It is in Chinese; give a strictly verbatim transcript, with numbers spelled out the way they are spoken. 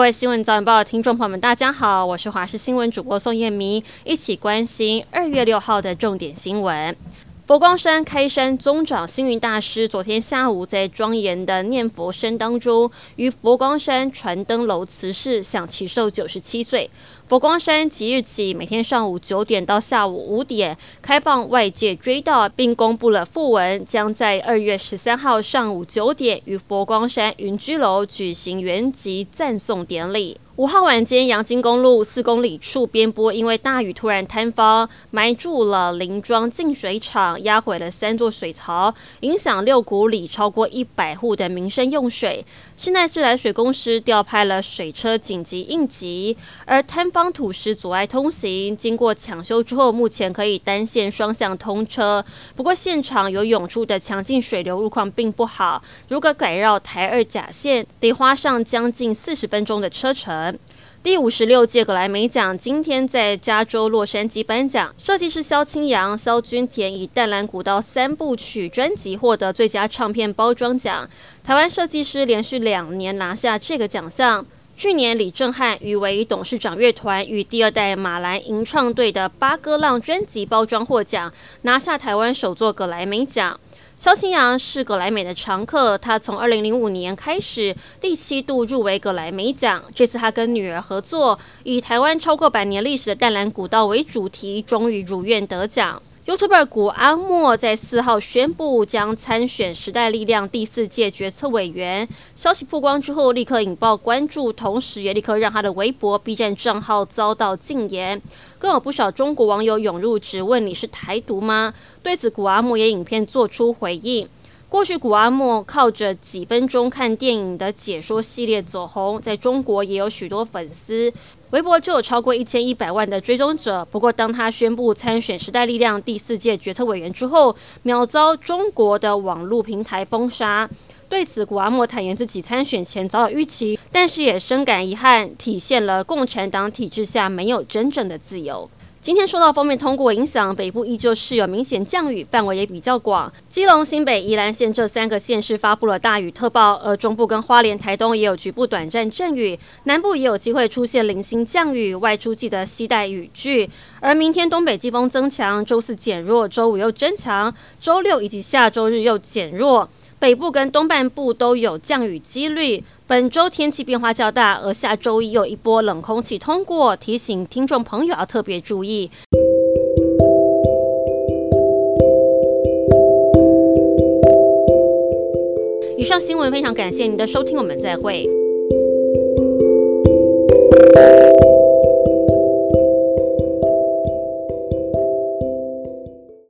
位新闻早晚报的听众朋友们，大家好，我是华视新闻主播宋燕明，一起关心二月六号的重点新闻。佛光山开山宗长星云大师昨天下午在庄严的念佛声当中，于佛光山传灯楼辞世，享耆寿九十七岁。佛光山即日起每天上午九点到下午五点开放外界追悼，并公布了讣文，将在二月十三号上午九点于佛光山云居楼举行圆寂赞颂典礼。五号晚间，阳金公路四公里处边坡因为大雨突然坍方，埋住了林庄净水厂，压毁了三座水槽，影响六股里超过一百户的民生用水。现在自来水公司调派了水车紧急应急，而坍方土石阻碍通行，经过抢修之后，目前可以单线双向通车。不过现场有涌出的强劲水流，路况并不好，如果改绕台二甲线，得花上将近四十分钟的车程。第五十六届葛莱美奖今天在加州洛杉矶颁奖，设计师萧清扬、萧君田以《淡蓝古道》三部曲专辑获得最佳唱片包装奖。台湾设计师连续两年拿下这个奖项。去年李正翰与唯一董事长乐团与第二代马兰吟唱队的《八哥浪》专辑包装获奖，拿下台湾首座葛莱美奖。萧清扬是葛莱美的常客，他从二零零五年开始第七度入围葛莱美奖。这次他跟女儿合作，以台湾超过百年历史的淡蓝古道为主题，终于如愿得奖。YouTuber 谷阿莫在四号宣布将参选时代力量第四届决策委员，消息曝光之后立刻引爆关注，同时也立刻让他的微博、B 站账号遭到禁言。更有不少中国网友涌入质问：“你是台独吗？”对此，谷阿莫也影片做出回应。过去谷阿莫靠着几分钟看电影的解说系列走红，在中国也有许多粉丝，微博就有超过一千一百万的追踪者。不过，当他宣布参选时代力量第四届决策委员之后，秒遭中国的网络平台封杀。对此，谷阿莫坦言自己参选前早有预期，但是也深感遗憾，体现了共产党体制下没有真正的自由。今天受到锋面通过影响，北部依旧是有明显降雨，范围也比较广。基隆、新北、宜兰县这三个县市发布了大雨特报，而中部跟花莲、台东也有局部短暂阵雨，南部也有机会出现零星降雨，外出记得携带雨具。而明天东北季风增强，周四减弱，周五又增强，周六以及下周日又减弱。北部跟东半部都有降雨几率，本周天气变化较大，而下周一有一波冷空气通过，提醒听众朋友要特别注意。以上新闻非常感谢您的收听，我们再会。